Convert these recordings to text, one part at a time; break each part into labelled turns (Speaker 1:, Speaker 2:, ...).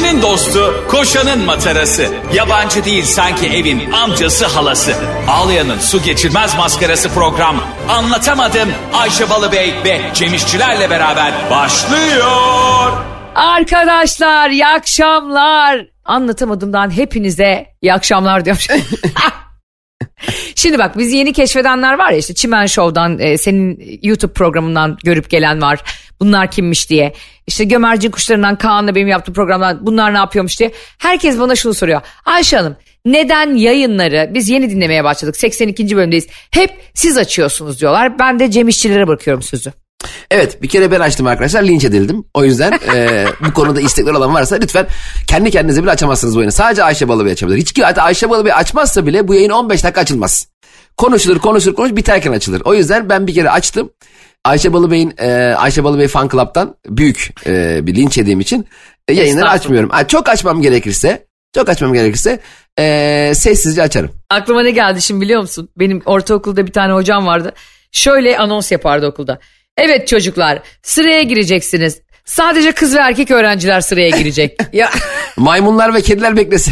Speaker 1: Ayşe'nin dostu, koşanın matarası. Yabancı değil sanki evin amcası halası. Ağlayan'ın su geçirmez maskarası program. Anlatamadım Ayşe Balıbey ve Cemişçilerle beraber başlıyor.
Speaker 2: Arkadaşlar iyi akşamlar. Anlatamadığımdan hepinize iyi akşamlar diyorum. Şimdi bak, bizi yeni keşfedenler var ya, işte Çimen Show'dan, senin YouTube programından görüp gelen var. Bunlar kimmiş diye. İşte Gömercin Kuşları'ndan, Kaan'la benim yaptığım programdan bunlar ne yapıyormuş diye. Herkes bana şunu soruyor. Ayşe Hanım, neden yayınları biz yeni dinlemeye başladık, 82. bölümdeyiz, hep siz açıyorsunuz diyorlar. Ben de Cem İşçilere bırakıyorum sözü.
Speaker 3: Evet, bir kere ben açtım arkadaşlar, linç edildim. O yüzden bu konuda istekler olan varsa lütfen kendi kendinize bile açamazsınız bu yayını. Sadece Ayşe Balıbey açabilir. Hiç kimse Ayşe Balıbey açmazsa bile bu yayın 15 dakika açılmaz. Konuşulur biterken açılır. O yüzden ben bir kere açtım. Ayşe Balıbey Fan Club'tan büyük bir linç yediğim için yayınları açmıyorum. Çok açmam gerekirse sessizce açarım.
Speaker 2: Aklıma ne geldi şimdi biliyor musun? Benim ortaokulda bir tane hocam vardı. Şöyle anons yapardı okulda. Evet çocuklar, sıraya gireceksiniz. Sadece kız ve erkek öğrenciler sıraya girecek. Ya.
Speaker 3: Maymunlar ve kediler beklesin.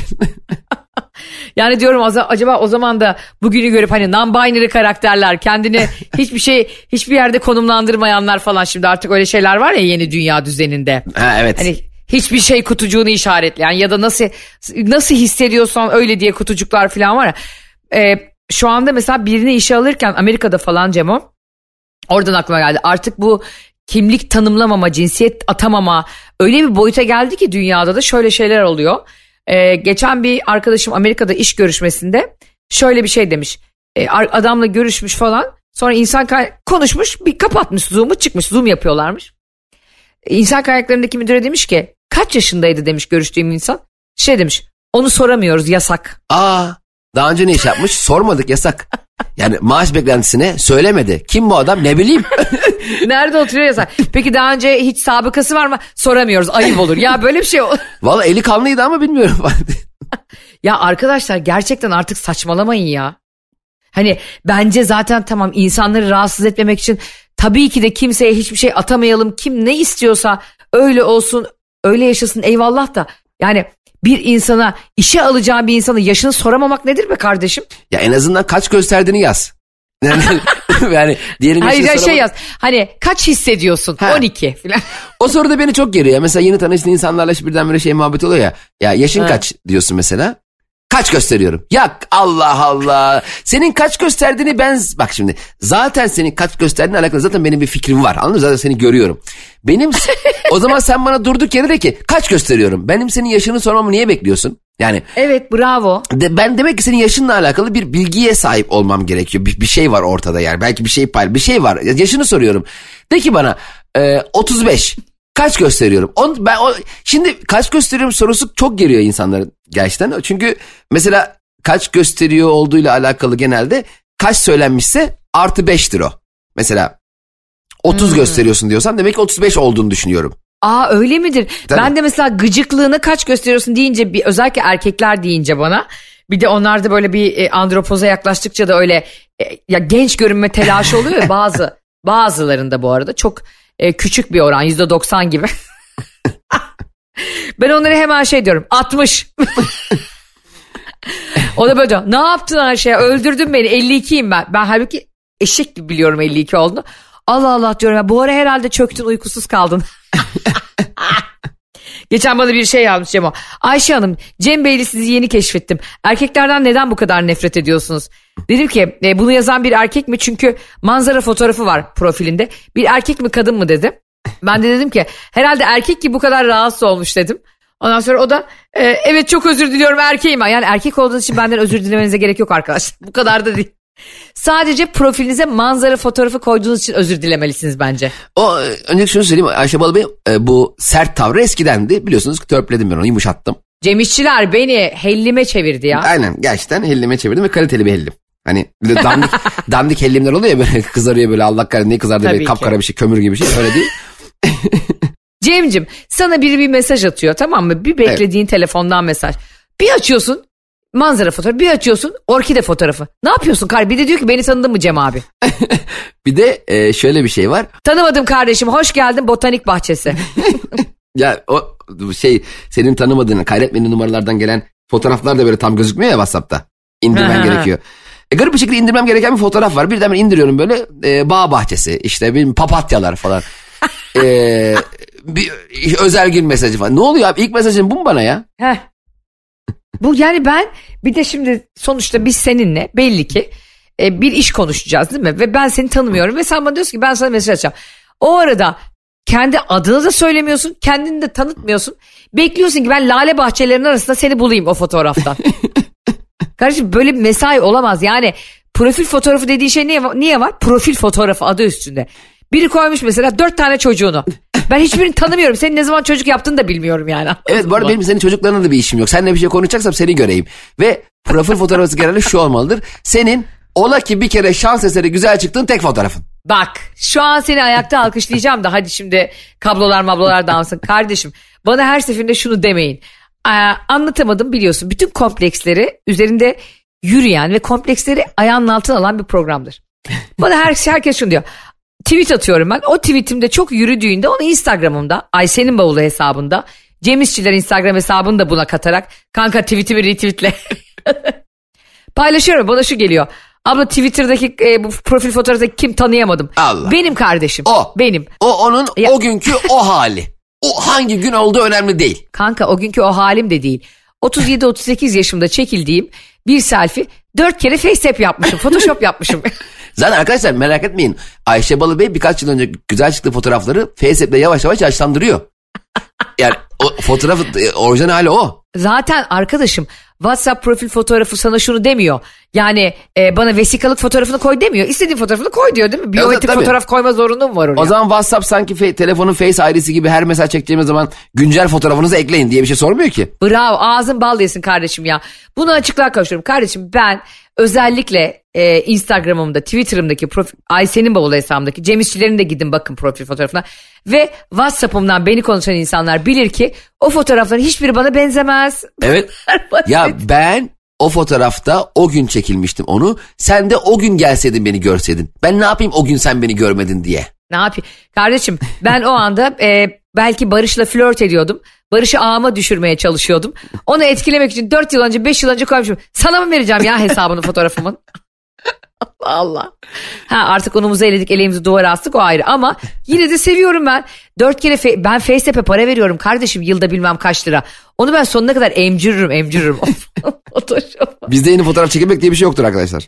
Speaker 2: Yani diyorum, acaba o zaman da bugünü görüp hani non-binary karakterler, kendini hiçbir yerde konumlandırmayanlar falan, şimdi artık öyle şeyler var ya yeni dünya düzeninde.
Speaker 3: Ha, evet.
Speaker 2: Hani hiçbir şey kutucuğunu işaretleyen ya da nasıl hissediyorsan öyle diye kutucuklar falan var ya. Şu anda mesela birini işe alırken Amerika'da falan Cemo, oradan aklıma geldi. Artık bu kimlik tanımlamama, cinsiyet atamama öyle bir boyuta geldi ki dünyada da şöyle şeyler oluyor. Geçen bir arkadaşım Amerika'da iş görüşmesinde şöyle bir şey demiş. Adamla görüşmüş falan. Sonra insan konuşmuş, bir kapatmış Zoom'u, çıkmış. Zoom yapıyorlarmış. İnsan kaynaklarındaki müdüre demiş ki, kaç yaşındaydı demiş görüştüğüm insan. Demiş, onu soramıyoruz, yasak.
Speaker 3: Daha önce ne iş yapmış? Sormadık, yasak. Yani maaş beklentisine söylemedi. Kim bu adam, ne bileyim.
Speaker 2: Nerede oturuyor yasak. Peki daha önce hiç sabıkası var mı? Soramıyoruz, ayıp olur. Ya böyle bir şey olur.
Speaker 3: Vallahi eli kanlıydı ama bilmiyorum.
Speaker 2: Ya arkadaşlar, gerçekten artık saçmalamayın ya. Hani bence zaten tamam, insanları rahatsız etmemek için tabii ki de kimseye hiçbir şey atamayalım. Kim ne istiyorsa öyle olsun, öyle yaşasın, eyvallah da. Yani bir insana, işe alacağı bir insana yaşını soramamak nedir be kardeşim?
Speaker 3: Ya en azından kaç gösterdiğini yaz. Yani diyelim.
Speaker 2: Hayır, yaz. Hani kaç hissediyorsun? 12 falan.
Speaker 3: O soru da beni çok geriyor. Mesela yeni tanıştığın insanlarla birdenbire şey muhabbet oluyor ya. Ya yaşın kaç diyorsun mesela. Kaç gösteriyorum? Ya Allah Allah. Senin kaç gösterdiğini bak şimdi. Zaten senin kaç gösterdiğine alakalı zaten benim bir fikrim var. Anladın mı? Zaten seni görüyorum. O zaman sen bana durduk yere de ki kaç gösteriyorum? Benim senin yaşını sormamı niye bekliyorsun? Yani.
Speaker 2: Evet, bravo.
Speaker 3: Ben demek ki senin yaşınla alakalı bir bilgiye sahip olmam gerekiyor. Bir şey var ortada yani. Belki bir şey var. Yaşını soruyorum. De ki bana 35. Kaç gösteriyorum? Şimdi kaç gösteriyorum sorusu çok geriyor insanları gerçekten. Çünkü mesela kaç gösteriyor olduğuyla alakalı genelde kaç söylenmişse artı 5'tir o. Mesela 30 gösteriyorsun diyorsan demek ki 35 olduğunu düşünüyorum.
Speaker 2: Öyle midir? Tabii. Ben de mesela gıcıklığını kaç gösteriyorsun deyince, özellikle erkekler deyince bana, bir de onlar da böyle bir andropoza yaklaştıkça da öyle ya genç görünme telaşı oluyor ya bazılarında bu arada çok küçük bir oran, %90 gibi. Ben onlara hemen diyorum, 60. O da böyle, ne yaptın Ayşe, öldürdün beni, 52'yim ben. Ben halbuki eşek gibi biliyorum 52 olduğunu. Allah Allah diyorum ya, bu ara herhalde çöktün, uykusuz kaldın. Geçen bana bir şey yazmış Cemo. Ayşe Hanım, Cem Bey'le sizi yeni keşfettim. Erkeklerden neden bu kadar nefret ediyorsunuz? Dedim ki bunu yazan bir erkek mi? Çünkü manzara fotoğrafı var profilinde. Bir erkek mi, kadın mı dedi. Ben de dedim ki herhalde erkek ki bu kadar rahatsız olmuş dedim. Ondan sonra o da evet çok özür diliyorum, erkeğim. Yani erkek olduğunuz için benden özür dilemenize gerek yok arkadaşlar. Bu kadar da değil. Sadece profilinize manzara fotoğrafı koyduğunuz için özür dilemelisiniz bence.
Speaker 3: Öncelikle şunu söyleyeyim, Ayşe Balıbey bu sert tavrı eskidendi. Biliyorsunuz ki törpüledim ben onu, yumuşattım.
Speaker 2: Cem İşçiler beni hellime çevirdi ya.
Speaker 3: Aynen, gerçekten hellime çevirdim ve kaliteli bir hellim. Hani dandik hellimler oluyor ya, böyle kızarıyor böyle, Allah kahretsin ne kızardı, böyle kapkara bir şey, kömür gibi bir şey, öyle değil.
Speaker 2: Cem'cim, sana biri bir mesaj atıyor, tamam mı? Bir beklediğin telefondan mesaj. Bir açıyorsun manzara fotoğrafı, bir açıyorsun orkide fotoğrafı. Ne yapıyorsun kardeşim? Bir de diyor ki beni tanıdın mı Cem abi?
Speaker 3: Bir de şöyle bir şey var.
Speaker 2: Tanımadım kardeşim, hoş geldin botanik bahçesi.
Speaker 3: Ya senin tanımadığın, kaydetmediğin numaralardan gelen fotoğraflar da böyle tam gözükmüyor ya WhatsApp'ta. İndirmen gerekiyor. Garip bir şekilde indirmem gereken bir fotoğraf var. Birden ben indiriyorum böyle bağ bahçesi, işte bir papatyalar falan. Bir özel gün mesajı falan. Ne oluyor abi? İlk mesajın bu mu bana ya?
Speaker 2: Heh. Bu yani ben bir de şimdi sonuçta biz seninle belli ki bir iş konuşacağız değil mi? Ve ben seni tanımıyorum ve sen bana diyorsun ki ben sana mesaj atacağım. O arada kendi adını da söylemiyorsun, kendini de tanıtmıyorsun. Bekliyorsun ki ben lale bahçelerinin arasında seni bulayım o fotoğraftan. Kardeşim böyle bir mesai olamaz. Yani profil fotoğrafı dediği şey niye var? Profil fotoğrafı adı üstünde. Biri koymuş mesela 4 tane çocuğunu. Ben hiçbirini tanımıyorum. Senin ne zaman çocuk yaptığını da bilmiyorum yani.
Speaker 3: Evet, bu arada benim senin çocuklarına da bir işim yok. Seninle bir şey konuşacaksam seni göreyim. Ve profil fotoğrafı genelde şu olmalıdır. Senin ola ki bir kere şans eseri güzel çıktığın tek fotoğrafın.
Speaker 2: Bak şu an seni ayakta alkışlayacağım da hadi şimdi kablolar dağılsın. Kardeşim bana her seferinde şunu demeyin. Anlatamadım biliyorsun. Bütün kompleksleri üzerinde yürüyen ve kompleksleri ayağının altına alan bir programdır. Bana herkes şunu diyor. Tweet atıyorum ben. O tweetimde çok yürüdüğünde onu Instagram'ımda, Ayşe'nin bavulu hesabında, Cem İşçiler Instagram hesabını da buna katarak kanka tweetimi retweetle paylaşıyorum. Bana şu geliyor. Abla Twitter'daki bu profil fotoğrafındaki kim tanıyamadım.
Speaker 3: Allah.
Speaker 2: Benim kardeşim.
Speaker 3: O.
Speaker 2: Benim.
Speaker 3: O onun o günkü o hali. O hangi gün olduğu önemli değil.
Speaker 2: Kanka o günkü o halim de değil. 37-38 yaşımda çekildiğim bir selfie 4 kere FaceApp yapmışım. Photoshop yapmışım.
Speaker 3: Zaten arkadaşlar merak etmeyin. Ayşe Balıbey birkaç yıl önce güzel çıktığı fotoğrafları FaceApp'le yavaş yavaş yaşlandırıyor. Yani o fotoğrafın orijinal hali o.
Speaker 2: Zaten arkadaşım WhatsApp profil fotoğrafı sana şunu demiyor. Yani bana vesikalık fotoğrafını koy demiyor. İstediğin fotoğrafını koy diyor değil mi? Biyometrik fotoğraf koyma zorunluluğum var oraya.
Speaker 3: O zaman WhatsApp sanki telefonun Face ailesi gibi her mesaj çekeceğimiz zaman güncel fotoğrafınızı ekleyin diye bir şey sormuyor ki.
Speaker 2: Bravo, ağzın bal yesin kardeşim ya. Bunu açıklığa kavuşturuyorum. Kardeşim ben özellikle Instagram'ımda, Twitter'ımdaki Ayşe'nin bavulu hesabımdaki Cem İşçilerin de gidin bakın profil fotoğrafına. Ve WhatsApp'ımdan beni konuşan insanlar bilir ki o fotoğrafların hiçbiri bana benzemez.
Speaker 3: Evet. Ya ben o fotoğrafta o gün çekilmiştim onu. Sen de o gün gelseydin beni görseydin. Ben ne yapayım o gün sen beni görmedin diye.
Speaker 2: Ne yapayım? Kardeşim ben o anda belki Barış'la flört ediyordum. Barış'ı ağıma düşürmeye çalışıyordum. Onu etkilemek için 4 yıl önce 5 yıl önce koymuşum. Sana mı vereceğim ya hesabını fotoğrafımın? Allah Allah. Artık onumuzu eledik, elimizi duvara astık, o ayrı. Ama yine de seviyorum ben. 4 kere ben FaceApp'e para veriyorum kardeşim, yılda bilmem kaç lira. Onu ben sonuna kadar emciririm.
Speaker 3: Bizde yeni fotoğraf çekilmek diye bir şey yoktur arkadaşlar.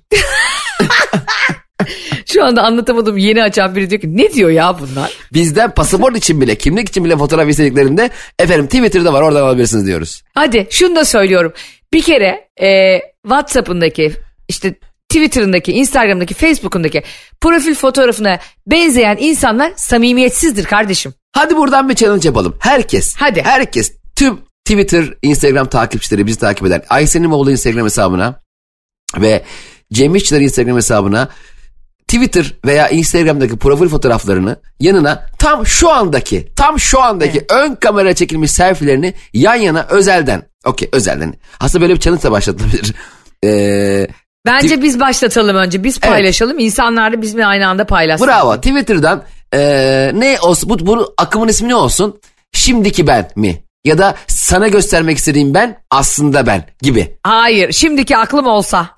Speaker 2: Şu anda anlatamadım, yeni açan biri diyor ki ne diyor ya bunlar?
Speaker 3: Bizden pasaport için bile, kimlik için bile fotoğraf istediklerinde efendim Twitter'da var, oradan alabilirsiniz diyoruz.
Speaker 2: Hadi şunu da söylüyorum. Bir kere WhatsApp'ındaki işte Twitter'ındaki, Instagram'daki, Facebook'undaki profil fotoğrafına benzeyen insanlar samimiyetsizdir kardeşim.
Speaker 3: Hadi buradan bir challenge yapalım. Herkes tüm Twitter, Instagram takipçileri bizi takip eder. Ayşe'nin oğlu Instagram hesabına ve Cem İşçiler Instagram hesabına Twitter veya Instagram'daki profil fotoğraflarını yanına tam şu andaki evet, ön kamera çekilmiş selfielerini yan yana özelden. Özelden. Aslında böyle bir challenge de başlatılabilir.
Speaker 2: Bence biz başlatalım önce. Biz paylaşalım. Evet. İnsanlar da bizimle aynı anda paylaşsın.
Speaker 3: Bravo. Twitter'dan ne olsun, bu akımın ismi ne olsun? Şimdiki ben mi? Ya da sana göstermek istediğim ben aslında ben gibi.
Speaker 2: Hayır. Şimdiki aklım olsa.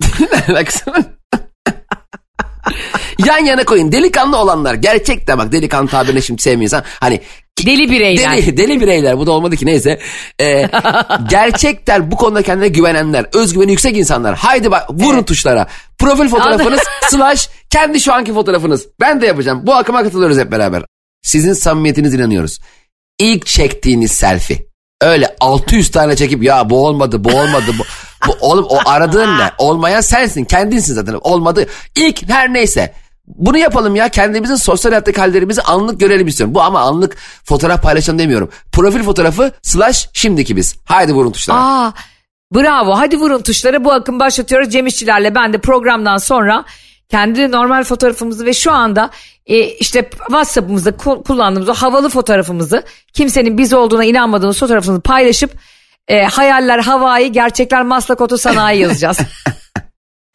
Speaker 3: Yan yana koyun. Delikanlı olanlar. Gerçekten bak, delikanlı tabirini şimdi sevmiyor insan. Hani
Speaker 2: deli bireyler.
Speaker 3: Deli bireyler. Bu da olmadı ki, neyse. Gerçekten bu konuda kendine güvenenler, özgüveni yüksek insanlar. Haydi bak, vurun tuşlara. Profil fotoğrafınız / kendi şu anki fotoğrafınız. Ben de yapacağım. Bu akıma katılıyoruz hep beraber. Sizin samimiyetinize inanıyoruz. İlk çektiğiniz selfie. Öyle 600 tane çekip ya bu olmadı. Oğlum o aradığın ne? Olmayan sensin. Kendinsin zaten. Olmadı. İlk her neyse. Bunu yapalım ya. Kendimizin sosyal hayattaki hallerimizi anlık görelim istiyorum. Bu ama anlık fotoğraf paylaşalım demiyorum. Profil fotoğrafı / şimdiki biz. Haydi vurun tuşlara.
Speaker 2: Bravo. Hadi vurun tuşlara. Bu akım başlatıyoruz. Cem İşçilerle ben de programdan sonra kendi normal fotoğrafımızı ve şu anda işte WhatsApp'ımızda kullandığımız o havalı fotoğrafımızı, kimsenin biz olduğuna inanmadığımız fotoğrafımızı paylaşıp hayaller havai, gerçekler Maslak Oto Sanayi yazacağız.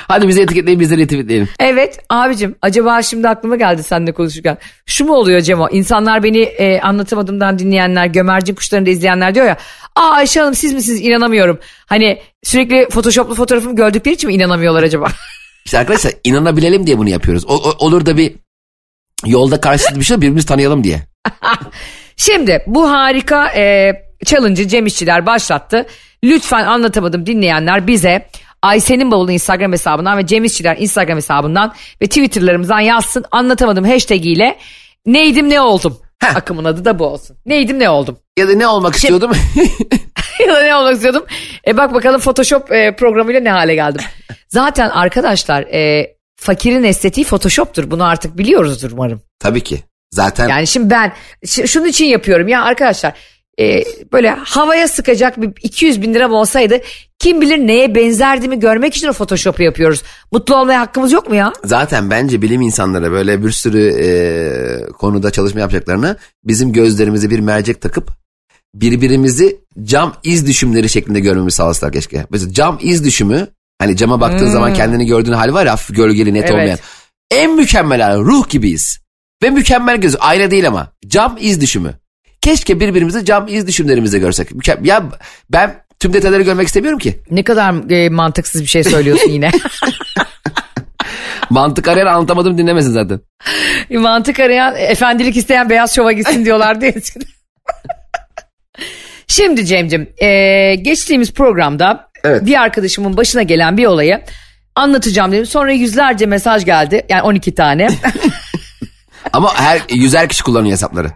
Speaker 3: Hadi bizi etiketleyin, bizleri etiketleyelim.
Speaker 2: Evet abicim, acaba şimdi aklıma geldi seninle konuşurken. Şu mu oluyor Cemo? İnsanlar beni anlatamadığımdan dinleyenler, gömercin kuşlarını da izleyenler diyor ya. Ayşe Hanım siz misiniz, inanamıyorum. Hani sürekli photoshoplu fotoğrafımı gördükleri için mi inanamıyorlar acaba?
Speaker 3: İşte arkadaşlar inanabilelim diye bunu yapıyoruz. Olur da bir yolda karşılıklı bir şey, birbirimizi tanıyalım diye.
Speaker 2: Şimdi bu harika challenge'ı Cem İşçiler başlattı. Lütfen anlatamadım dinleyenler bize Ayşe'nin bavulu Instagram hesabından ve Cem İşçiler Instagram hesabından ve Twitter'larımızdan yazsın. Anlatamadım hashtag ile neydim ne oldum. Akımın adı da bu olsun. Neydim ne oldum.
Speaker 3: Ya da ne olmak istiyordum.
Speaker 2: Ya da ne olmak istiyordum. Bak bakalım Photoshop programıyla ne hale geldim. Zaten arkadaşlar fakirin estetiği Photoshop'tur. Bunu artık biliyoruzdur umarım.
Speaker 3: Tabii ki. Zaten.
Speaker 2: Yani şimdi ben şunun için yapıyorum ya arkadaşlar. Böyle havaya sıkacak bir 200 bin liram olsaydı kim bilir neye benzerdiğimi görmek için o Photoshop'u yapıyoruz. Mutlu olmaya hakkımız yok mu ya?
Speaker 3: Zaten bence bilim insanları böyle bir sürü konuda çalışma yapacaklarına bizim gözlerimize bir mercek takıp birbirimizi cam iz düşümleri şeklinde görmemizi sağlasalar keşke. Mesela cam iz düşümü, hani cama baktığın zaman kendini gördüğün hal var ya, hafif gölgeli net olmayan. En mükemmel hali, ruh gibiyiz. Ve mükemmel gözü, ayna değil ama cam iz düşümü. Keşke birbirimizi cam iz düşümlerimizde görsek. Ya ben tüm detayları görmek istemiyorum ki.
Speaker 2: Ne kadar mantıksız bir şey söylüyorsun yine.
Speaker 3: Mantık arayan anlatamadım dinlemesin zaten.
Speaker 2: Mantık arayan efendilik isteyen beyaz şova gitsin diyorlardı eskiden. Şimdi Cem'cim geçtiğimiz programda bir arkadaşımın başına gelen bir olayı anlatacağım dedim. Sonra yüzlerce mesaj geldi. Yani 12 tane.
Speaker 3: Ama 100'er kişi kullanıyor hesapları.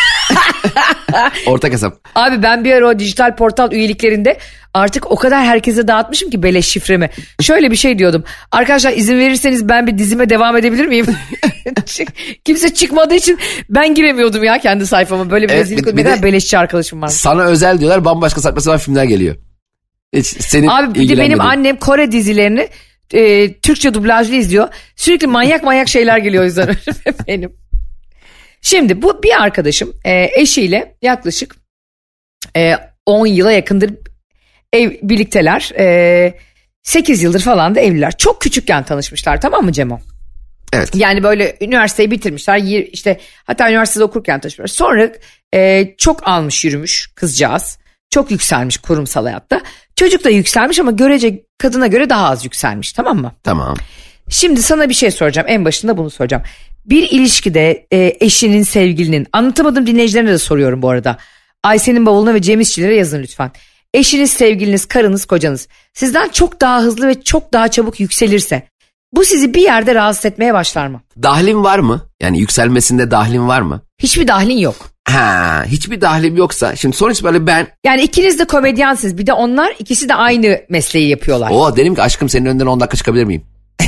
Speaker 3: Ortak hesap.
Speaker 2: Abi ben bir ara o dijital portal üyeliklerinde artık o kadar herkese dağıtmışım ki beleş şifremi. Şöyle bir şey diyordum. Arkadaşlar izin verirseniz ben bir dizime devam edebilir miyim? Kimse çıkmadığı için ben giremiyordum ya kendi sayfama. Böyle bir rezillik. Ne kadar beleşçi arkadaşım var.
Speaker 3: Sana özel diyorlar, bambaşka saçma sapan filmler geliyor. Hiç senin
Speaker 2: abi bir de benim annem Kore dizilerini Türkçe dublajlı izliyor. Sürekli manyak şeyler geliyor o yüzden benim. Şimdi bu bir arkadaşım eşiyle yaklaşık 10 yıla yakındır birlikteler. 8 yıldır falan da evliler. Çok küçükken tanışmışlar, tamam mı Cemo?
Speaker 3: Evet.
Speaker 2: Yani böyle üniversiteyi bitirmişler. İşte hatta üniversitede okurken tanışmışlar. Sonra çok almış yürümüş kızcağız. Çok yükselmiş kurumsal hayatta. Çocuk da yükselmiş ama görece kadına göre daha az yükselmiş, tamam mı?
Speaker 3: Tamam.
Speaker 2: Şimdi sana bir şey soracağım. En başında bunu soracağım. Bir ilişkide eşinin, sevgilinin, anlatamadım dinleyicilerine de soruyorum bu arada. Ayşe'nin bavuluna ve Cem İşçilere yazın lütfen. Eşiniz, sevgiliniz, karınız, kocanız sizden çok daha hızlı ve çok daha çabuk yükselirse bu sizi bir yerde rahatsız etmeye başlar mı?
Speaker 3: Dahlin var mı? Yani yükselmesinde dahlin var mı?
Speaker 2: Hiçbir dahlin yok.
Speaker 3: Hiçbir dahlim yoksa şimdi sonuç böyle ben...
Speaker 2: Yani ikiniz de komedyensiniz, bir de onlar ikisi de aynı mesleği yapıyorlar.
Speaker 3: Dedim ki aşkım senin önünden 10 dakika çıkabilir miyim?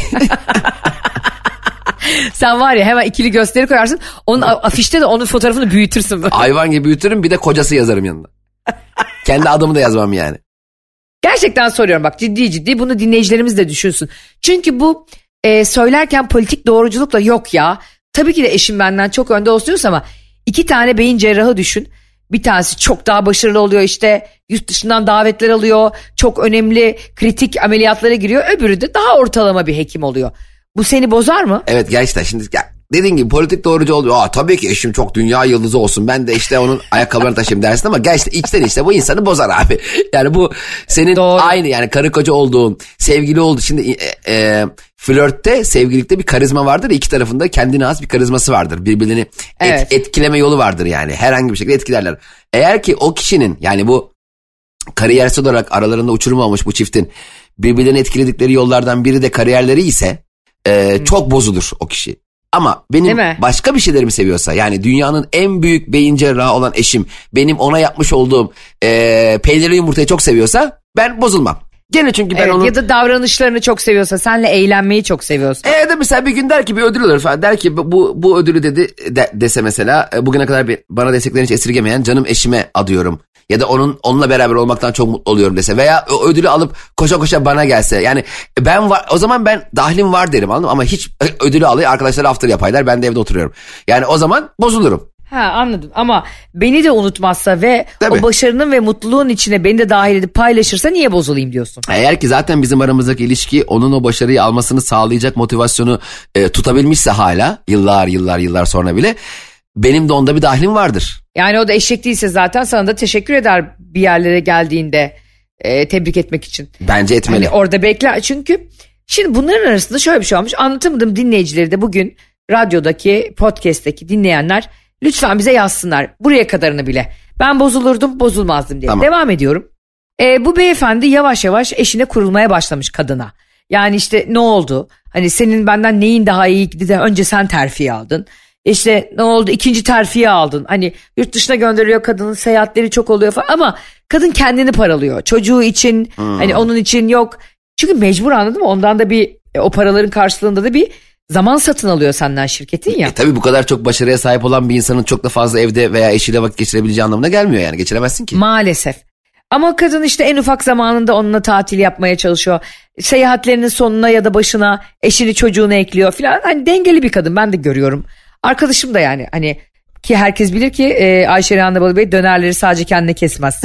Speaker 2: Sen var ya hemen ikili gösteri koyarsın. Onun afişte de onun fotoğrafını büyütürsün. Böyle.
Speaker 3: Hayvan gibi büyütürüm, bir de kocası yazarım yanına. Kendi adımı da yazmam yani.
Speaker 2: Gerçekten soruyorum bak, ciddi bunu dinleyicilerimiz de düşünsün. Çünkü bu söylerken politik doğruculukla yok ya. Tabii ki de eşim benden çok önde olsun diyorsa ama 2 tane beyin cerrahı düşün. Bir tanesi çok daha başarılı oluyor, işte yurt dışından davetler alıyor. Çok önemli kritik ameliyatlara giriyor. Öbürü de daha ortalama bir hekim oluyor. Bu seni bozar mı? Evet
Speaker 3: gerçekten şimdi dediğin gibi politik doğrucu oluyor. Tabii ki eşim çok dünya yıldızı olsun, ben de işte onun ayakkabılarını taşıyayım dersin ama gerçekten içten bu insanı bozar abi. Yani bu senin aynı yani karı koca olduğun, sevgili olduğun. Şimdi flörtte, sevgilikte bir karizma vardır. İki tarafında kendine has bir karizması vardır. Birbirini etkileme yolu vardır yani. Herhangi bir şekilde etkilerler. Eğer ki o kişinin, yani bu kariyersel olarak aralarında uçurum olmuş bu çiftin birbirlerini etkiledikleri yollardan biri de kariyerleri ise çok bozulur o kişi. Ama benim başka bir şeylerimi seviyorsa, yani dünyanın en büyük beyin cerrahı olan eşim benim ona yapmış olduğum peynirli yumurtayı çok seviyorsa ben bozulmam. Gene çünkü ben onun...
Speaker 2: Ya da davranışlarını çok seviyorsa, senle eğlenmeyi çok seviyorsa.
Speaker 3: De mesela bir gün der ki bir ödül alır falan, der ki bu ödülü dese mesela bugüne kadar bana desteklerini hiç esirgemeyen canım eşime adıyorum. Ya da onunla beraber olmaktan çok mutlu oluyorum dese veya o ödülü alıp koşa koşa bana gelse. Yani o zaman ben dahlim var derim, anladın mı? Ama hiç ödülü alayım, arkadaşlar after yapaylar, ben de evde oturuyorum. Yani o zaman bozulurum.
Speaker 2: Ha, anladım ama beni de unutmazsa ve
Speaker 3: Tabii.
Speaker 2: o başarının ve mutluluğun içine beni de dahil edip paylaşırsa niye bozulayım diyorsun?
Speaker 3: Eğer ki zaten bizim aramızdaki ilişki onun o başarıyı almasını sağlayacak motivasyonu tutabilmişse hala yıllar sonra bile benim de onda bir dahilim vardır.
Speaker 2: Yani o da eşek değilse zaten sana da teşekkür eder bir yerlere geldiğinde tebrik etmek için.
Speaker 3: Bence etmeli.
Speaker 2: Hani orada bekler çünkü şimdi bunların arasında şöyle bir şey olmuş. Anlatamadım, dinleyicileri de bugün radyodaki, podcast'teki dinleyenler lütfen bize yazsınlar. Buraya kadarını bile. Ben bozulurdum, bozulmazdım diye.
Speaker 3: Tamam.
Speaker 2: Devam ediyorum. Bu beyefendi yavaş yavaş eşine kurulmaya başlamış kadına. Yani işte ne oldu? Hani senin benden neyin daha iyiydi de önce sen terfi aldın. İşte ne oldu? İkinci terfiye aldın. Hani yurt dışına gönderiyor, kadının seyahatleri çok oluyor falan. Ama kadın kendini paralıyor. Çocuğu için hani onun için yok. Çünkü mecbur, anladın mı? Ondan da bir o paraların karşılığında da bir zaman satın alıyor senden şirketin ya.
Speaker 3: Tabii bu kadar çok başarıya sahip olan bir insanın çok da fazla evde veya eşiyle vakit geçirebileceği anlamına gelmiyor yani. Geçiremezsin ki.
Speaker 2: Maalesef. Ama kadın işte en ufak zamanında onunla tatil yapmaya çalışıyor. Seyahatlerinin sonuna ya da başına eşini çocuğunu ekliyor falan. Hani dengeli bir kadın, ben de görüyorum. Arkadaşım da yani hani ki herkes bilir ki Ayşe Rehan'da Balıbey dönerleri sadece kendine kesmez.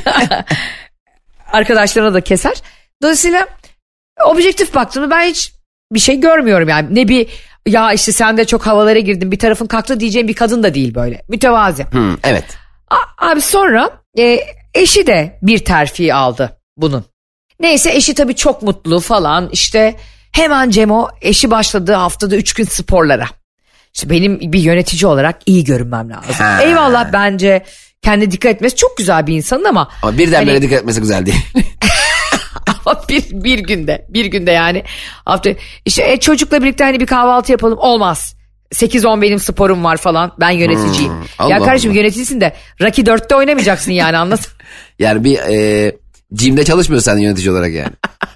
Speaker 2: Arkadaşlarına da keser. Dolayısıyla objektif baktığımda ben hiç bir şey görmüyorum yani. Ne bir ya işte sen de çok havalara girdin bir tarafın kalktı diyeceğim bir kadın da değil böyle. Mütevazi.
Speaker 3: Evet.
Speaker 2: Abi sonra eşi de bir terfi aldı bunun. Neyse eşi tabii çok mutlu falan işte hemen Cemo eşi başladı haftada 3 gün sporlara. İşte benim bir yönetici olarak iyi görünmem lazım.
Speaker 3: Ha.
Speaker 2: Eyvallah, bence kendine dikkat etmesi çok güzel bir insanın ama.
Speaker 3: Ama birdenbire
Speaker 2: hani,
Speaker 3: dikkat etmesi güzel değil.
Speaker 2: ama bir günde yani hafta işte çocukla birlikte hani bir kahvaltı yapalım, olmaz. 8-10 benim sporum var falan, ben yöneticiyim. Ya kardeşim Allah. Yöneticisin de Rocky 4'te oynamayacaksın yani, anladın?
Speaker 3: Yani bir gym'de çalışmıyorsan yönetici olarak yani.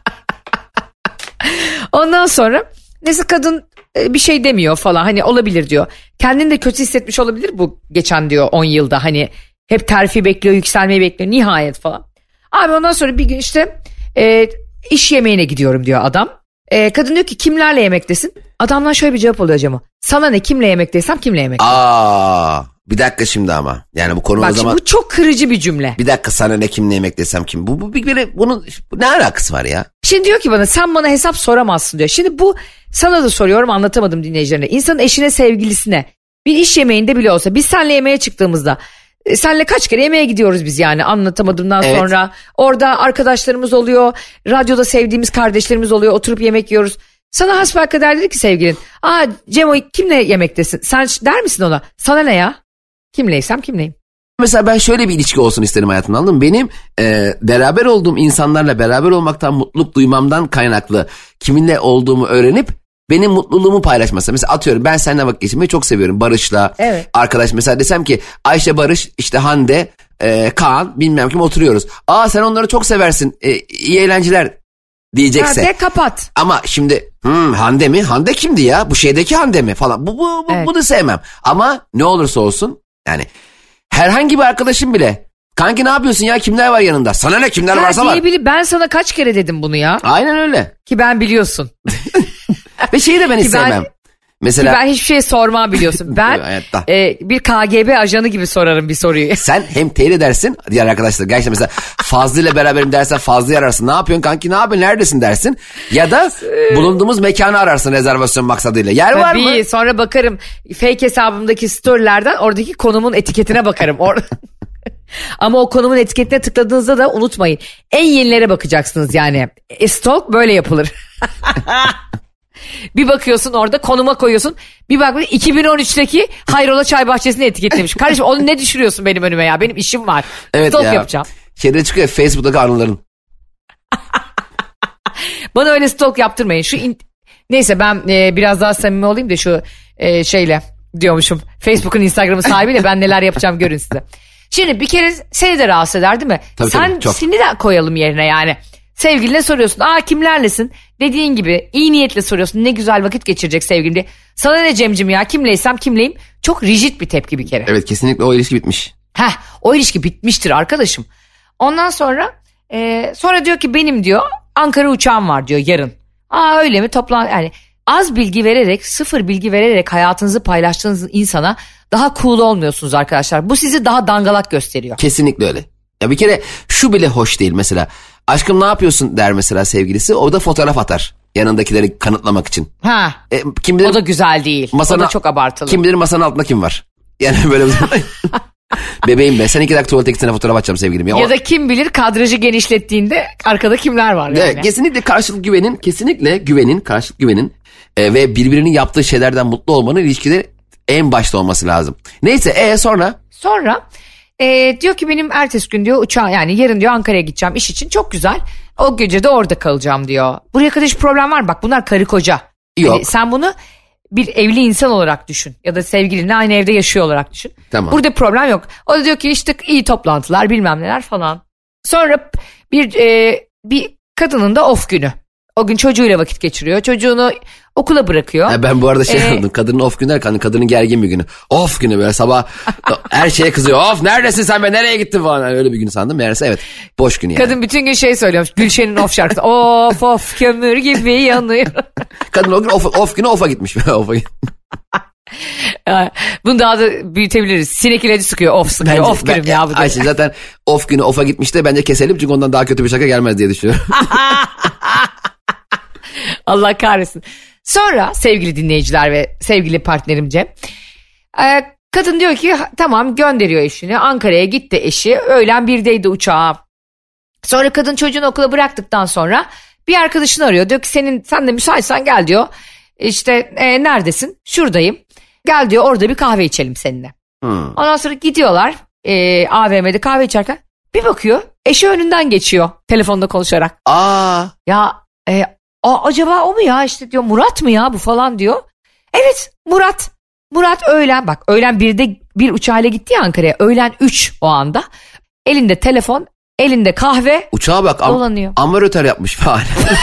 Speaker 2: Ondan sonra neyse kadın bir şey demiyor falan, hani olabilir diyor. Kendini de kötü hissetmiş olabilir bu geçen diyor 10 yılda, hani hep terfi bekliyor, yükselmeyi bekliyor nihayet falan. Abi ondan sonra bir gün işte iş yemeğine gidiyorum diyor adam. Kadın diyor ki kimlerle yemektesin? Adamdan şöyle bir cevap oluyor Cemo. Sana ne, kimle yemekteysem kimle yemekteyim.
Speaker 3: Bir dakika şimdi ama. Yani bu konu
Speaker 2: bak,
Speaker 3: o zaman.
Speaker 2: Bu çok kırıcı bir cümle.
Speaker 3: Bir dakika, sana ne, kimle yemekteysem kim? Bu bunun ne alakası var ya?
Speaker 2: Şimdi diyor ki bana sen bana hesap soramazsın diyor. Şimdi bu sana da soruyorum, anlatamadım dinleyicilerine. İnsanın eşine, sevgilisine bir iş yemeğinde bile olsa biz seninle yemeğe çıktığımızda senle kaç kere yemeğe gidiyoruz biz yani, anlatamadığımdan
Speaker 3: evet.
Speaker 2: sonra. Orada arkadaşlarımız oluyor, radyoda sevdiğimiz kardeşlerimiz oluyor, oturup yemek yiyoruz. Sana hasbelkader dedi ki sevgilin, Cemo kimle yemektesin? Sen der misin ona? Sana ne ya? Kimleysem kimleyim?
Speaker 3: Mesela ben şöyle bir ilişki olsun isterim hayatımda, anladın mı? Benim beraber olduğum insanlarla beraber olmaktan mutluluk duymamdan kaynaklı kiminle olduğumu öğrenip benim mutluluğumu paylaşması. Mesela atıyorum, ben seninle vakit geçirmeyi çok seviyorum. Barış'la
Speaker 2: evet.
Speaker 3: Arkadaş mesela desem ki Ayşe, Barış, işte Hande, Kaan bilmem kim oturuyoruz. Sen onları çok seversin, iyi eğlenceler diyecekse.
Speaker 2: De kapat.
Speaker 3: Ama şimdi Hande mi? Hande kimdi ya? Bu şeydeki Hande mi falan.
Speaker 2: Evet.
Speaker 3: Bu da sevmem. Ama ne olursa olsun yani herhangi bir arkadaşım bile, kanki ne yapıyorsun ya, kimler var yanında? Sana ne, kimler varsa var.
Speaker 2: Ben sana kaç kere dedim bunu ya.
Speaker 3: Aynen öyle.
Speaker 2: Ki ben biliyorsun.
Speaker 3: Ve şeyi de ben hiç sevmem. Mesela,
Speaker 2: ben hiçbir şey sormam biliyorsun. Ben bir KGB ajanı gibi sorarım bir soruyu.
Speaker 3: Sen hem teyit edersin diğer arkadaşlar. Gerçekten mesela Fazlı ile beraberim dersen Fazlı'yı ararsın. Ne yapıyorsun kanki, ne yapıyorsun, neredesin dersin. Ya da bulunduğumuz mekanı ararsın rezervasyon maksadıyla. Yer var mı?
Speaker 2: Sonra bakarım fake hesabımdaki storylerden oradaki konumun etiketine bakarım. Ama o konumun etiketine tıkladığınızda da unutmayın. En yenilere bakacaksınız yani. Stalk böyle yapılır. Bir bakıyorsun orada konuma koyuyorsun. Bir bak 2013'teki Hayrola Çay Bahçesi'ni etiketlemiş. Kardeşim onu ne düşürüyorsun benim önüme ya? Benim işim var.
Speaker 3: Evet
Speaker 2: Stalk
Speaker 3: ya.
Speaker 2: yapacağım.
Speaker 3: Şeyde çıkıyor Facebook'taki anıların.
Speaker 2: Bana öyle stalk yaptırmayın. Neyse ben biraz daha samimi olayım da şu şeyle diyormuşum. Facebook'un Instagram'ın sahibiyle ben neler yapacağım görün size. Şimdi bir kere seni de rahatsız eder değil mi?
Speaker 3: Tabii,
Speaker 2: Seni de koyalım yerine yani. Sevgiline soruyorsun. Kimlerlesin? Dediğin gibi iyi niyetle soruyorsun. Ne güzel vakit geçirecek sevgilim diye. Sana ne Cemcim ya, kimleysem kimleyim? Çok rigid bir tepki bir kere.
Speaker 3: Evet, kesinlikle o ilişki bitmiş.
Speaker 2: O ilişki bitmiştir arkadaşım. Ondan sonra diyor ki benim diyor Ankara uçağım var diyor yarın. Öyle mi? Yani az bilgi vererek, sıfır bilgi vererek hayatınızı paylaştığınız insana daha cool olmuyorsunuz arkadaşlar. Bu sizi daha dangalak gösteriyor.
Speaker 3: Kesinlikle öyle. Ya bir kere şu bile hoş değil mesela. Aşkım ne yapıyorsun der mesela sevgilisi. O da fotoğraf atar. Yanındakileri kanıtlamak için.
Speaker 2: Ha.
Speaker 3: Kim bilir,
Speaker 2: o da güzel değil. O da çok abartılı.
Speaker 3: Kim bilir masanın altında kim var? Yani böyle bir bebeğim be. Sen 2 dakika tuvalete gitsene fotoğraf atacağım sevgilim.
Speaker 2: Ya da kim bilir kadrajı genişlettiğinde arkada kimler var yani.
Speaker 3: Evet, kesinlikle karşılıklı güvenin ve birbirinin yaptığı şeylerden mutlu olmanın ilişkileri en başta olması lazım. Neyse sonra?
Speaker 2: Sonra diyor ki benim ertesi gün diyor uçağa, yani yarın diyor Ankara'ya gideceğim iş için, çok güzel. O gece de orada kalacağım diyor. Buraya kadar hiç problem var mı? Bak bunlar karı koca.
Speaker 3: Yok.
Speaker 2: Yani sen bunu bir evli insan olarak düşün ya da sevgilinle aynı evde yaşıyor olarak düşün.
Speaker 3: Tamam.
Speaker 2: Burada problem yok. O da diyor ki işte iyi toplantılar bilmem neler falan. Sonra bir kadının da off günü. O gün çocuğuyla vakit geçiriyor. Çocuğunu okula bırakıyor.
Speaker 3: Ha, ben bu arada anladım. Kadının off günü derken kadının gergin bir günü. Off günü böyle sabah her şeye kızıyor. Of neredesin sen be, nereye gittin falan. Öyle bir gün sandım. Meğerse evet boş günü yani.
Speaker 2: Kadın bütün gün söylüyormuş. Gülşen'in off şarkısı. Of kömür gibi yanıyor.
Speaker 3: Kadın o gün off günü off'a gitmiş.
Speaker 2: Bunu daha da büyütebiliriz. Sinek ilacı sıkıyor, off sıkıyor.
Speaker 3: Bence,
Speaker 2: off günüm ya bu.
Speaker 3: Ayşe zaten off günü off'a gitmiş de bence keselim çünkü ondan daha kötü bir şaka gelmez diye düşünüyorum.
Speaker 2: Allah kahretsin. Sonra sevgili dinleyiciler ve sevgili partnerim Cem. Kadın diyor ki tamam, gönderiyor eşini. Ankara'ya gitti eşi. Öğlen 1'deydi uçağa. Sonra kadın çocuğunu okula bıraktıktan sonra bir arkadaşını arıyor. Diyor ki sen de müsaitsen gel diyor. İşte neredesin? Şuradayım. Gel diyor, orada bir kahve içelim seninle. Ondan sonra gidiyorlar AVM'de kahve içerken bir bakıyor eşi önünden geçiyor telefonda konuşarak. Ya acaba o mu ya, işte diyor Murat mı ya bu falan diyor. Evet Murat. Murat öğlen 1'de bir uçağıyla gitti ya Ankara'ya. Öğlen 3 o anda. Elinde telefon, elinde kahve.
Speaker 3: Uçağa bak
Speaker 2: dolanıyor.
Speaker 3: Amma röter yapmış falan.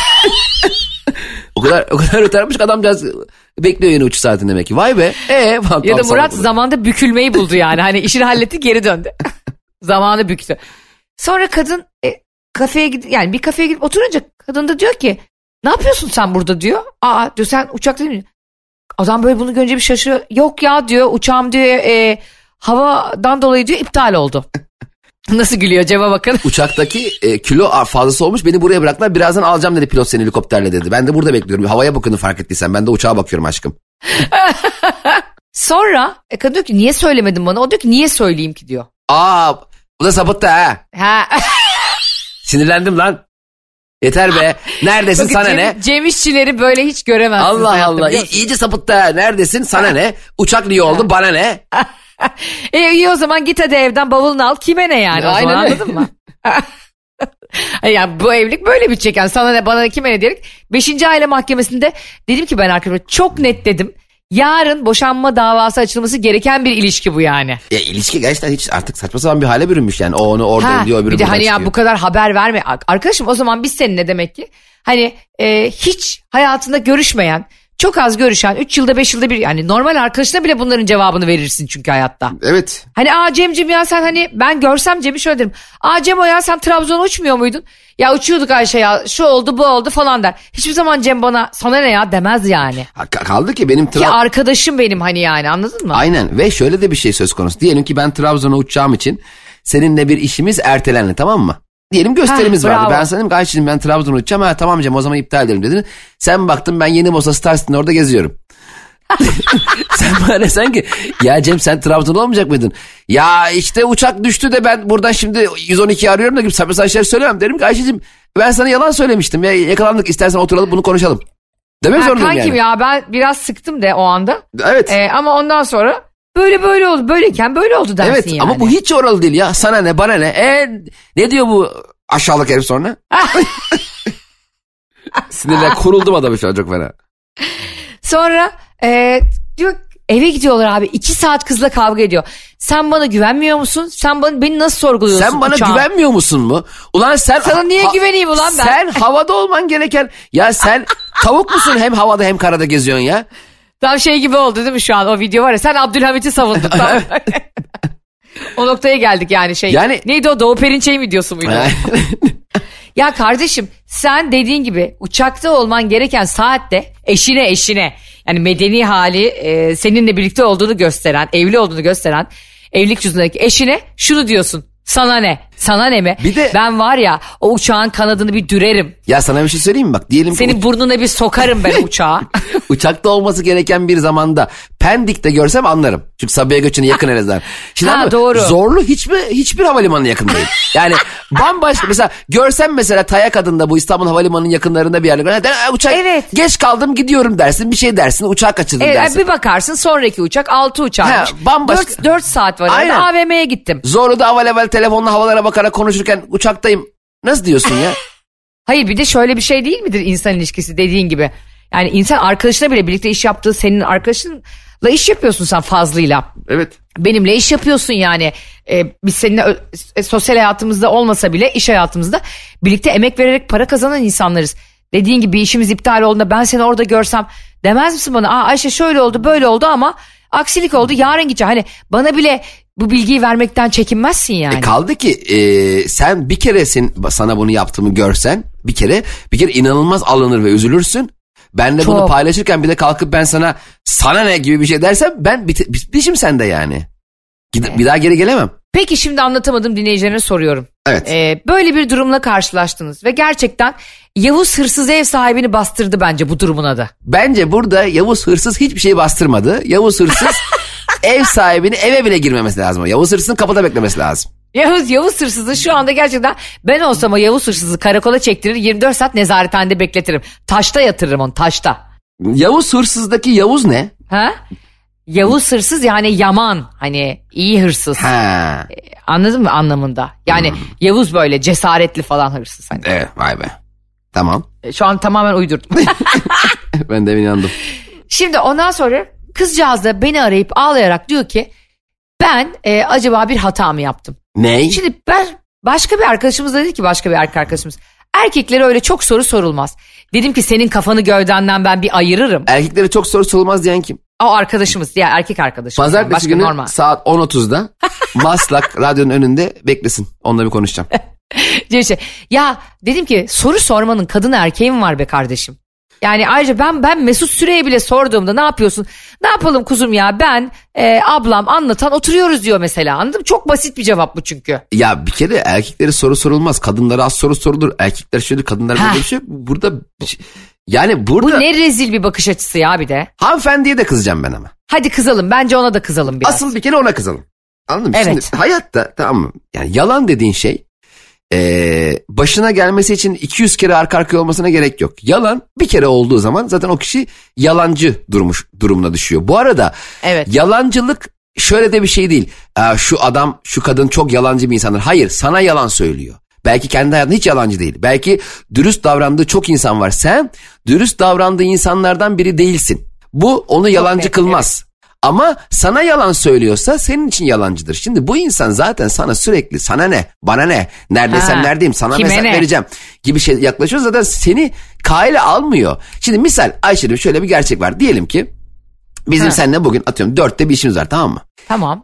Speaker 3: O kadar röter yapmış ki adamcağız bekliyor yeni uçuş saatini demek ki. Vay be.
Speaker 2: Ya da Murat zamanda bükülmeyi buldu yani. Hani işini halletti, geri döndü. Zamanı büktü. Sonra kadın bir kafeye gidip oturunca kadın da diyor ki ne yapıyorsun sen burada diyor. Diyor sen uçakta değil mi? Adam böyle bunu görünce bir şaşırıyor. Yok ya diyor, uçağım diyor havadan dolayı diyor iptal oldu. Nasıl gülüyor Cem'e bakın.
Speaker 3: Uçaktaki kilo fazlası olmuş, beni buraya bıraktılar, birazdan alacağım dedi pilot seni helikopterle dedi. Ben de burada bekliyorum, havaya bakını fark ettiysen, ben de uçağa bakıyorum aşkım.
Speaker 2: Sonra kadın diyor ki niye söylemedin bana? O diyor ki niye söyleyeyim ki diyor.
Speaker 3: Bu da sapıttı ha. Sinirlendim lan. Yeter be. Neredesin
Speaker 2: bakın,
Speaker 3: sana ne?
Speaker 2: Cem İşçileri böyle hiç göremezsiniz.
Speaker 3: Allah. İyice sapıttı ha. Neredesin sana ne? Uçak niye oldu bana ne?
Speaker 2: İyi o zaman git hadi evden bavulunu al. Kime ne yani?
Speaker 3: Aynen,
Speaker 2: anladın mı? Yani bu evlilik böyle bitecek yani, sana ne bana ne kime ne diyerek. 5. aile mahkemesinde dedim ki ben arkadaşlar çok net dedim. Yarın boşanma davası açılması gereken bir ilişki bu yani.
Speaker 3: Ya ilişki gerçekten hiç artık saçma sapan bir hale bürünmüş yani. O onu orada diyor, öbürü
Speaker 2: bir de hani
Speaker 3: çıkıyor.
Speaker 2: ya bu kadar haber verme. Arkadaşım o zaman biz seninle demek ki hani hiç hayatında görüşmeyen, çok az görüşen, 3 yılda 5 yılda bir, yani normal arkadaşına bile bunların cevabını verirsin çünkü hayatta.
Speaker 3: Evet.
Speaker 2: Hani Cem'cim ya sen, hani ben görsem Cem'i şöyle derim. Cem o ya sen Trabzon'a uçmuyor muydun? Ya uçuyorduk Ayşe ya, şu oldu bu oldu falan der. Hiçbir zaman Cem bana sana ne ya demez yani.
Speaker 3: Kaldı ki benim
Speaker 2: ki arkadaşım benim hani, yani anladın mı?
Speaker 3: Aynen, ve şöyle de bir şey söz konusu. Diyelim ki ben Trabzon'a uçacağım için seninle bir işimiz ertelendi, tamam mı? Diyelim gösterimiz vardı. Ben sana dedim ki Ayşe'cim ben Trabzon'a uçacağım. Tamam Cem o zaman iptal edelim dedin. Sen baktın ben Yeni Mosa Star City'nin orada geziyorum. Sen bana desen ki ya Cem sen Trabzon'da olmayacak mıydın? Ya işte uçak düştü de ben buradan şimdi 112'yi arıyorum da gibi saçma şeyler söyleyemem. Derim ki Ayşe'cim ben sana yalan söylemiştim. Ya yakalandık, istersen oturalım bunu konuşalım. Demek zorundayım yani.
Speaker 2: Kankim ya ben biraz sıktım de o anda.
Speaker 3: Evet.
Speaker 2: Ama ondan sonra böyle oldu. Böyleyken böyle oldu dersin
Speaker 3: evet,
Speaker 2: yani.
Speaker 3: Evet ama bu hiç oralı değil ya. Sana ne bana ne. Ne diyor bu aşağılık herif sonra? Sinirler kuruldum adamı şu an çok fena.
Speaker 2: Sonra diyor eve gidiyorlar abi. 2 saat kızla kavga ediyor. Sen bana güvenmiyor musun? Sen beni nasıl sorguluyorsun?
Speaker 3: Sen bana güvenmiyor musun mu? Ulan sen...
Speaker 2: Sana niye güveneyim ulan ben?
Speaker 3: Sen havada olman gereken... Ya sen tavuk musun, hem havada hem karada geziyorsun ya?
Speaker 2: Tam şey gibi oldu değil mi şu an o video var ya, sen Abdülhamit'i savundun. O noktaya geldik yani şey. Yani, neydi o, Doğu Perinçek mi diyorsun muydu? Ya kardeşim sen dediğin gibi uçakta olman gereken saatte eşine yani medeni hali seninle birlikte olduğunu gösteren, evli olduğunu gösteren evlilik cüzdanındaki eşine şunu diyorsun. Sana ne? Sana ne mi?
Speaker 3: Bir de-
Speaker 2: ben var ya o uçağın kanadını bir dürerim.
Speaker 3: Ya sana bir şey söyleyeyim mi? Bak diyelim ki
Speaker 2: Senin burnuna bir sokarım ben uçağa.
Speaker 3: uçakta olması gereken bir zamanda Pendik'te görsem anlarım. Çünkü Sabiha Gökçen'e yakın en azından. Şimdi
Speaker 2: Ha,
Speaker 3: ama
Speaker 2: doğru.
Speaker 3: Zorlu hiçbir havalimanına yakın değil. Yani bambaşka mesela görsem mesela Tayak adında bu İstanbul Havalimanı'nın yakınlarında bir yerde. Uçak
Speaker 2: Evet.
Speaker 3: geç kaldım gidiyorum dersin bir şey dersin uçağı kaçırdım
Speaker 2: Evet,
Speaker 3: dersin.
Speaker 2: bir bakarsın sonraki uçak 6 uçakmış.
Speaker 3: Ha, bambaşka.
Speaker 2: 4 saat var.
Speaker 3: Aynen.
Speaker 2: AVM'ye gittim.
Speaker 3: Zorlu da aval telefonla havalara bakarak konuşurken uçaktayım. Nasıl diyorsun ya?
Speaker 2: Hayır bir de şöyle bir şey değil midir insan ilişkisi dediğin gibi. Yani insan arkadaşına bile birlikte iş yaptığı senin arkadaşınla iş yapıyorsun sen fazlıyla.
Speaker 3: Evet.
Speaker 2: Benimle iş yapıyorsun yani. Biz seninle sosyal hayatımızda olmasa bile iş hayatımızda birlikte emek vererek para kazanan insanlarız. Dediğin gibi bir işimiz iptal olduğunda ben seni orada görsem demez misin bana? Ayşe şöyle oldu böyle oldu ama aksilik oldu yarın gideceğim. Hani bana bile bu bilgiyi vermekten çekinmezsin yani.
Speaker 3: Kaldı ki sen bir kere sana bunu yaptığımı görsen bir kere inanılmaz alınır ve üzülürsün. Ben de bunu
Speaker 2: Çok.
Speaker 3: paylaşırken bir de kalkıp ben sana ne gibi bir şey dersem ben bitmişim sende yani. Bir daha geri gelemem.
Speaker 2: Peki şimdi anlatamadım dinleyicilerine soruyorum.
Speaker 3: Evet.
Speaker 2: Böyle bir durumla karşılaştınız ve gerçekten Yavuz hırsız ev sahibini bastırdı bence bu durumun adı.
Speaker 3: Bence burada Yavuz hırsız hiçbir şey bastırmadı. Yavuz hırsız ev sahibini eve bile girmemesi lazım. Yavuz hırsızın kapıda beklemesi lazım.
Speaker 2: Yavuz hırsızı şu anda gerçekten ben olsam o Yavuz hırsızı karakola çektirir 24 saat nezarethanede bekletirim. Taşta yatırırım onu taşta.
Speaker 3: Yavuz hırsızdaki Yavuz ne?
Speaker 2: Ha? Yavuz hırsız yani yaman hani iyi hırsız.
Speaker 3: Ha.
Speaker 2: Anladın mı anlamında? Yani Yavuz böyle cesaretli falan hırsız. Hani.
Speaker 3: Evet vay be. Tamam.
Speaker 2: Şu an tamamen uydurdum.
Speaker 3: Ben de inandım.
Speaker 2: Şimdi ondan sonra kızcağız da beni arayıp ağlayarak diyor ki ben acaba bir hata mı yaptım?
Speaker 3: Ne?
Speaker 2: Şimdi ben başka bir arkadaşımız da dedi ki başka bir arkadaşımız erkeklere öyle çok soru sorulmaz. Dedim ki senin kafanı gövdenden ben bir ayırırım.
Speaker 3: Erkeklere çok soru sorulmaz diyen kim?
Speaker 2: O arkadaşımız diğer erkek arkadaşımız.
Speaker 3: Pazartesi
Speaker 2: başka
Speaker 3: günü
Speaker 2: normal.
Speaker 3: saat 10.30'da Maslak radyonun önünde beklesin. Onunla bir konuşacağım.
Speaker 2: Ya dedim ki soru sormanın kadın erkeği mi var be kardeşim? Yani ayrıca ben Mesut Süre'ye bile sorduğumda ne yapıyorsun? Ne yapalım kuzum ya ben ablam anlatan oturuyoruz diyor mesela anladın mı? Çok basit bir cevap bu çünkü.
Speaker 3: Ya bir kere erkeklere soru sorulmaz. Kadınlara az soru sorulur. Erkekler şöyle kadınlar böyle bir şey. Burada yani
Speaker 2: Bu
Speaker 3: burada
Speaker 2: ne rezil bir bakış açısı ya bir de.
Speaker 3: hanımefendiye de kızacağım ben ama.
Speaker 2: Hadi kızalım bence ona da kızalım biraz.
Speaker 3: Asıl bir kere ona kızalım. Anladın mı?
Speaker 2: Evet.
Speaker 3: Şimdi hayatta tamam mı? Yani yalan dediğin şey başına gelmesi için 200 kere arka arkaya olmasına gerek yok. Yalan bir kere olduğu zaman zaten o kişi yalancı durumuna düşüyor. Bu arada
Speaker 2: Evet.
Speaker 3: yalancılık şöyle de bir şey değil. Şu adam şu kadın çok yalancı bir insandır. Hayır sana yalan söylüyor. Belki kendi hayatında hiç yalancı değil. Belki dürüst davrandığı çok insan var. Sen dürüst davrandığı insanlardan biri değilsin. Bu onu yalancı
Speaker 2: net,
Speaker 3: kılmaz. Ama sana yalan söylüyorsa senin için yalancıdır. Şimdi bu insan zaten sana sürekli sana ne, bana ne, neredeysen neredeyim, sana mesaj vereceğim gibi şey yaklaşıyor. Zaten seni kale almıyor. Şimdi misal Ayşe'cim şöyle bir gerçek var. Diyelim ki bizim seninle bugün atıyorum 4'te bir işimiz var tamam mı?
Speaker 2: Tamam.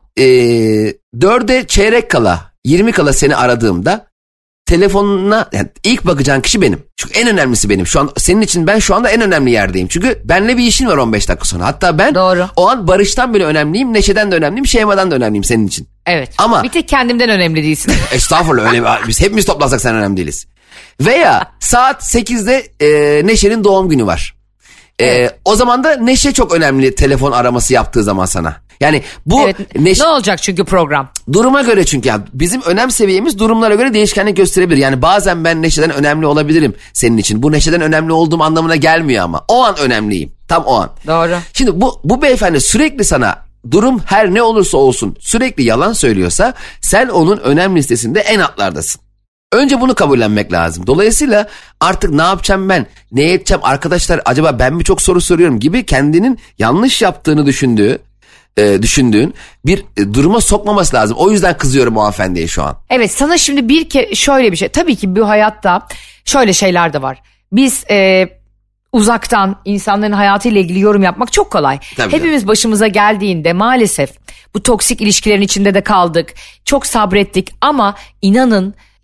Speaker 3: 4'e çeyrek kala 20 kala seni aradığımda telefonuna yani ilk bakacağın kişi benim. Çünkü en önemlisi benim. Şu an senin için ben şu anda en önemli yerdeyim. Çünkü benimle bir işin var 15 dakika sonra. Hatta ben
Speaker 2: Doğru.
Speaker 3: o an Barış'tan bile önemliyim, Neşe'den de önemliyim, Şeyma'dan da önemliyim senin için.
Speaker 2: Evet.
Speaker 3: Ama
Speaker 2: bir tek kendimden önemli değilsin.
Speaker 3: estağfurullah öyle biz hepimiz toplasak sen önemli değiliz. Veya saat 8'de Neşe'nin doğum günü var. O zaman da Neşe çok önemli telefon araması yaptığı zaman sana. Yani bu
Speaker 2: Evet. Ne olacak çünkü program?
Speaker 3: Duruma göre çünkü yani bizim önem seviyemiz durumlara göre değişkenlik gösterebilir. Yani bazen ben Neşe'den önemli olabilirim senin için. Bu Neşe'den önemli olduğum anlamına gelmiyor ama. O an önemliyim. Tam o an.
Speaker 2: Doğru.
Speaker 3: Şimdi bu beyefendi sürekli sana durum her ne olursa olsun sürekli yalan söylüyorsa sen onun önem listesinde en altlardasın. Önce bunu kabullenmek lazım. Dolayısıyla artık ne yapacağım ben, ne edeceğim arkadaşlar acaba ben mi çok soru soruyorum gibi kendinin yanlış yaptığını düşündüğün bir duruma sokmaması lazım. O yüzden kızıyorum o hanımefendiye şu an.
Speaker 2: Evet sana şimdi bir kere şöyle bir şey. Tabii ki bu hayatta şöyle şeyler de var. Biz uzaktan insanların hayatıyla ilgili yorum yapmak çok kolay.
Speaker 3: Tabii
Speaker 2: Hepimiz başımıza geldiğinde maalesef bu toksik ilişkilerin içinde de kaldık. Çok sabrettik ama inanın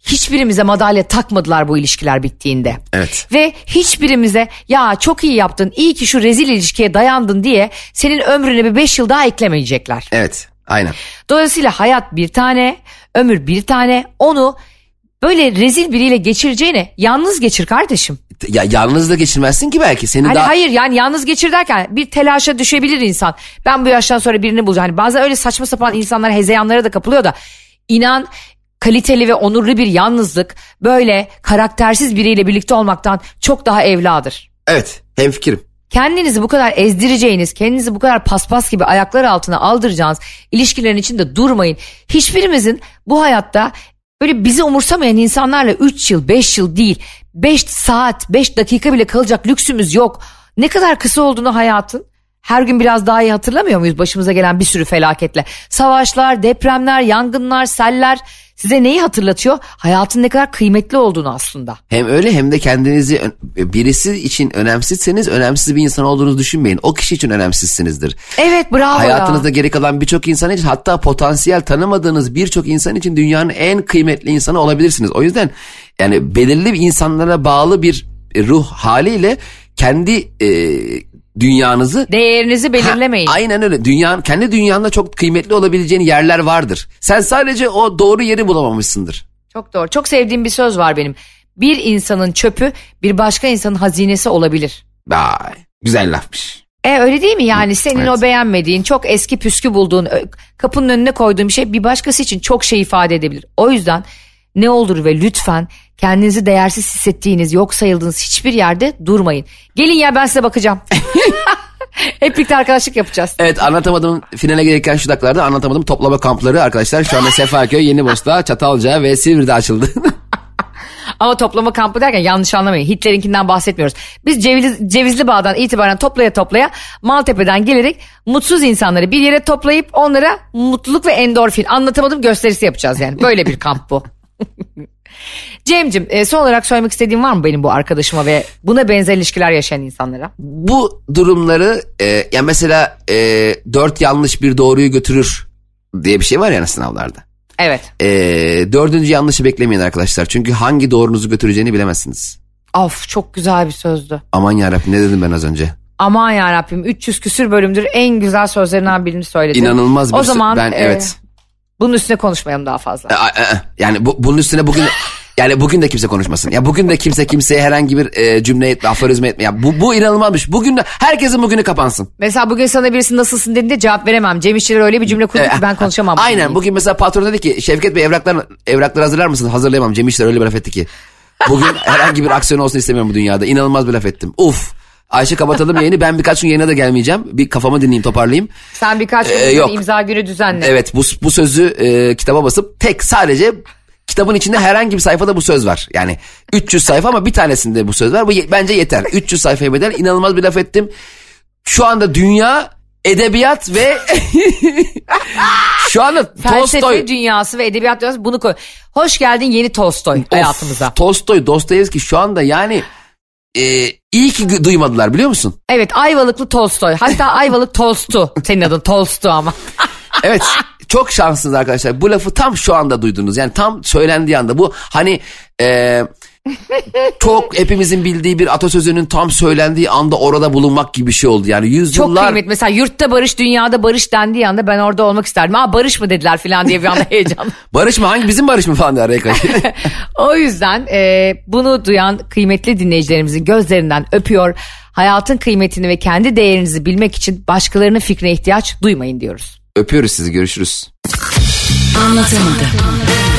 Speaker 2: hiçbirimize madalya takmadılar bu ilişkiler bittiğinde.
Speaker 3: Evet.
Speaker 2: Ve hiçbirimize ya çok iyi yaptın, iyi ki şu rezil ilişkiye dayandın diye senin ömrüne bir 5 yıl daha eklemeyecekler.
Speaker 3: Evet, aynen.
Speaker 2: Dolayısıyla hayat bir tane, ömür bir tane, onu böyle rezil biriyle geçireceğine yalnız geçir kardeşim.
Speaker 3: Ya yalnız da geçirmezsin ki belki. Seni
Speaker 2: Hani
Speaker 3: daha...
Speaker 2: hayır yani yalnız geçir derken bir telaşa düşebilir insan. Ben bu yaştan sonra birini bulacağım. Hani bazen öyle saçma sapan insanlar hezeyanlara da kapılıyor da inan kaliteli ve onurlu bir yalnızlık böyle karaktersiz biriyle birlikte olmaktan çok daha evladır.
Speaker 3: Evet, hemfikirim.
Speaker 2: Kendinizi bu kadar ezdireceğiniz, kendinizi bu kadar paspas gibi ayaklar altına aldıracağınız ilişkilerin içinde durmayın. Hiçbirimizin bu hayatta böyle bizi umursamayan insanlarla 3 yıl, 5 yıl değil, 5 saat, 5 dakika bile kalacak lüksümüz yok. Ne kadar kısa olduğunu hayatın, her gün biraz daha iyi hatırlamıyor muyuz başımıza gelen bir sürü felaketle? Savaşlar, depremler, yangınlar, seller size neyi hatırlatıyor? Hayatın ne kadar kıymetli olduğunu aslında.
Speaker 3: Hem öyle hem de kendinizi birisi için önemsizseniz önemsiz bir insan olduğunuzu düşünmeyin. O kişi için önemsizsinizdir.
Speaker 2: Evet, bravo.
Speaker 3: Hayatınızda
Speaker 2: ya.
Speaker 3: geri kalan birçok insan için, hatta potansiyel tanımadığınız birçok insan için dünyanın en kıymetli insanı olabilirsiniz. O yüzden yani belirli insanlara bağlı bir ruh haliyle kendi dünyanızı,
Speaker 2: değerinizi belirlemeyin.
Speaker 3: Aynen öyle. Kendi dünyanda çok kıymetli olabileceğin yerler vardır. Sen sadece o doğru yeri bulamamışsındır.
Speaker 2: Çok doğru. Çok sevdiğim bir söz var benim. Bir insanın çöpü bir başka insanın hazinesi olabilir.
Speaker 3: Vay, güzel lafmış.
Speaker 2: Öyle değil mi yani? Senin
Speaker 3: Evet.
Speaker 2: o beğenmediğin, çok eski püskü bulduğun, kapının önüne koyduğun bir şey bir başkası için çok şey ifade edebilir. O yüzden ne olur ve lütfen kendinizi değersiz hissettiğiniz, yok sayıldığınız hiçbir yerde durmayın. Gelin ya, ben size bakacağım. Hep birlikte arkadaşlık yapacağız.
Speaker 3: Evet, anlatamadım finale gereken şu dakikalarda anlatamadım toplama kampları arkadaşlar. Şu anda Sefaköy, Yenibosna, Çatalca ve Silivri'de açıldı.
Speaker 2: Ama toplama kampı derken yanlış anlamayın. Hitler'inkinden bahsetmiyoruz. Biz Cevizli Bağ'dan itibaren toplaya Maltepe'den gelerek mutsuz insanları bir yere toplayıp onlara mutluluk ve endorfin, anlatamadım, gösterisi yapacağız yani. Böyle bir kamp bu. Cem'cim, son olarak söylemek istediğin var mı benim bu arkadaşıma ve buna benzer ilişkiler yaşayan insanlara?
Speaker 3: Bu durumları ya mesela 4 yanlış bir doğruyu götürür diye bir şey var yani sınavlarda.
Speaker 2: Evet.
Speaker 3: 4. yanlışı beklemeyin arkadaşlar. Çünkü hangi doğrunuzu götüreceğini bilemezsiniz.
Speaker 2: Of, çok güzel bir sözdü.
Speaker 3: Aman yarabbim, ne dedim ben az önce?
Speaker 2: Aman yarabbim, 300 küsür bölümdür en güzel sözlerinden birini söyledin.
Speaker 3: İnanılmaz bir
Speaker 2: o zaman
Speaker 3: evet.
Speaker 2: Bunun üstüne konuşmayalım daha fazla.
Speaker 3: Yani bunun üstüne bugün yani bugün de kimse konuşmasın. Ya bugün de kimseye herhangi bir cümle etme, aforizma etme. Ya bu inanılmazmış. Bugün de herkesin bugünü kapansın.
Speaker 2: Mesela bugün sana birisi nasılsın dediğinde cevap veremem. Cem İşçiler öyle bir cümle kurdu ki ben konuşamam.
Speaker 3: Aynen, bugün mesela patron dedi ki Şevket Bey evrakları hazırlar mısınız? Hazırlayamam. Cem İşçiler öyle bir laf etti ki. Bugün herhangi bir aksiyon olsun istemiyorum bu dünyada. İnanılmaz bir laf ettim. Uf. Ayşe, kapatalım yayını. Ben birkaç gün yayına da gelmeyeceğim. Bir kafamı dinleyeyim, toparlayayım.
Speaker 2: Sen birkaç gün imza günü düzenle.
Speaker 3: Evet, bu sözü kitaba basıp sadece kitabın içinde herhangi bir sayfada bu söz var. Yani 300 sayfa ama bir tanesinde bu söz var. Bu bence yeter. 300 sayfaya bedel inanılmaz bir laf ettim. Şu anda dünya edebiyat ve şu anda
Speaker 2: felsefe
Speaker 3: Tolstoy
Speaker 2: dünyası ve edebiyat dünyası, bunu koy. Hoş geldin yeni Tolstoy hayatımıza.
Speaker 3: Tolstoy, Dostoyevski şu anda yani iyi ki duymadılar, biliyor musun?
Speaker 2: Evet, Ayvalıklı Tolstoy. Hatta Ayvalık Tolstu. Senin adın Tolstu ama.
Speaker 3: Evet, çok şanslısınız arkadaşlar. Bu lafı tam şu anda duydunuz. Yani tam söylendiği anda, bu hani çok hepimizin bildiği bir atasözünün tam söylendiği anda orada bulunmak gibi bir şey oldu. Yani yüzyıllar.
Speaker 2: Çok kıymetli. Mesela yurtta barış, dünyada barış dendiği anda ben orada olmak isterdim. Barış mı dediler falan diye bir anda heyecan.
Speaker 3: Barış mı? Hangi bizim barış mı falan diye araya kaçıyor.
Speaker 2: O yüzden bunu duyan kıymetli dinleyicilerimizin gözlerinden öpüyor. Hayatın kıymetini ve kendi değerinizi bilmek için başkalarının fikrine ihtiyaç duymayın diyoruz.
Speaker 3: Öpüyoruz sizi, görüşürüz.
Speaker 4: Anlatamadım.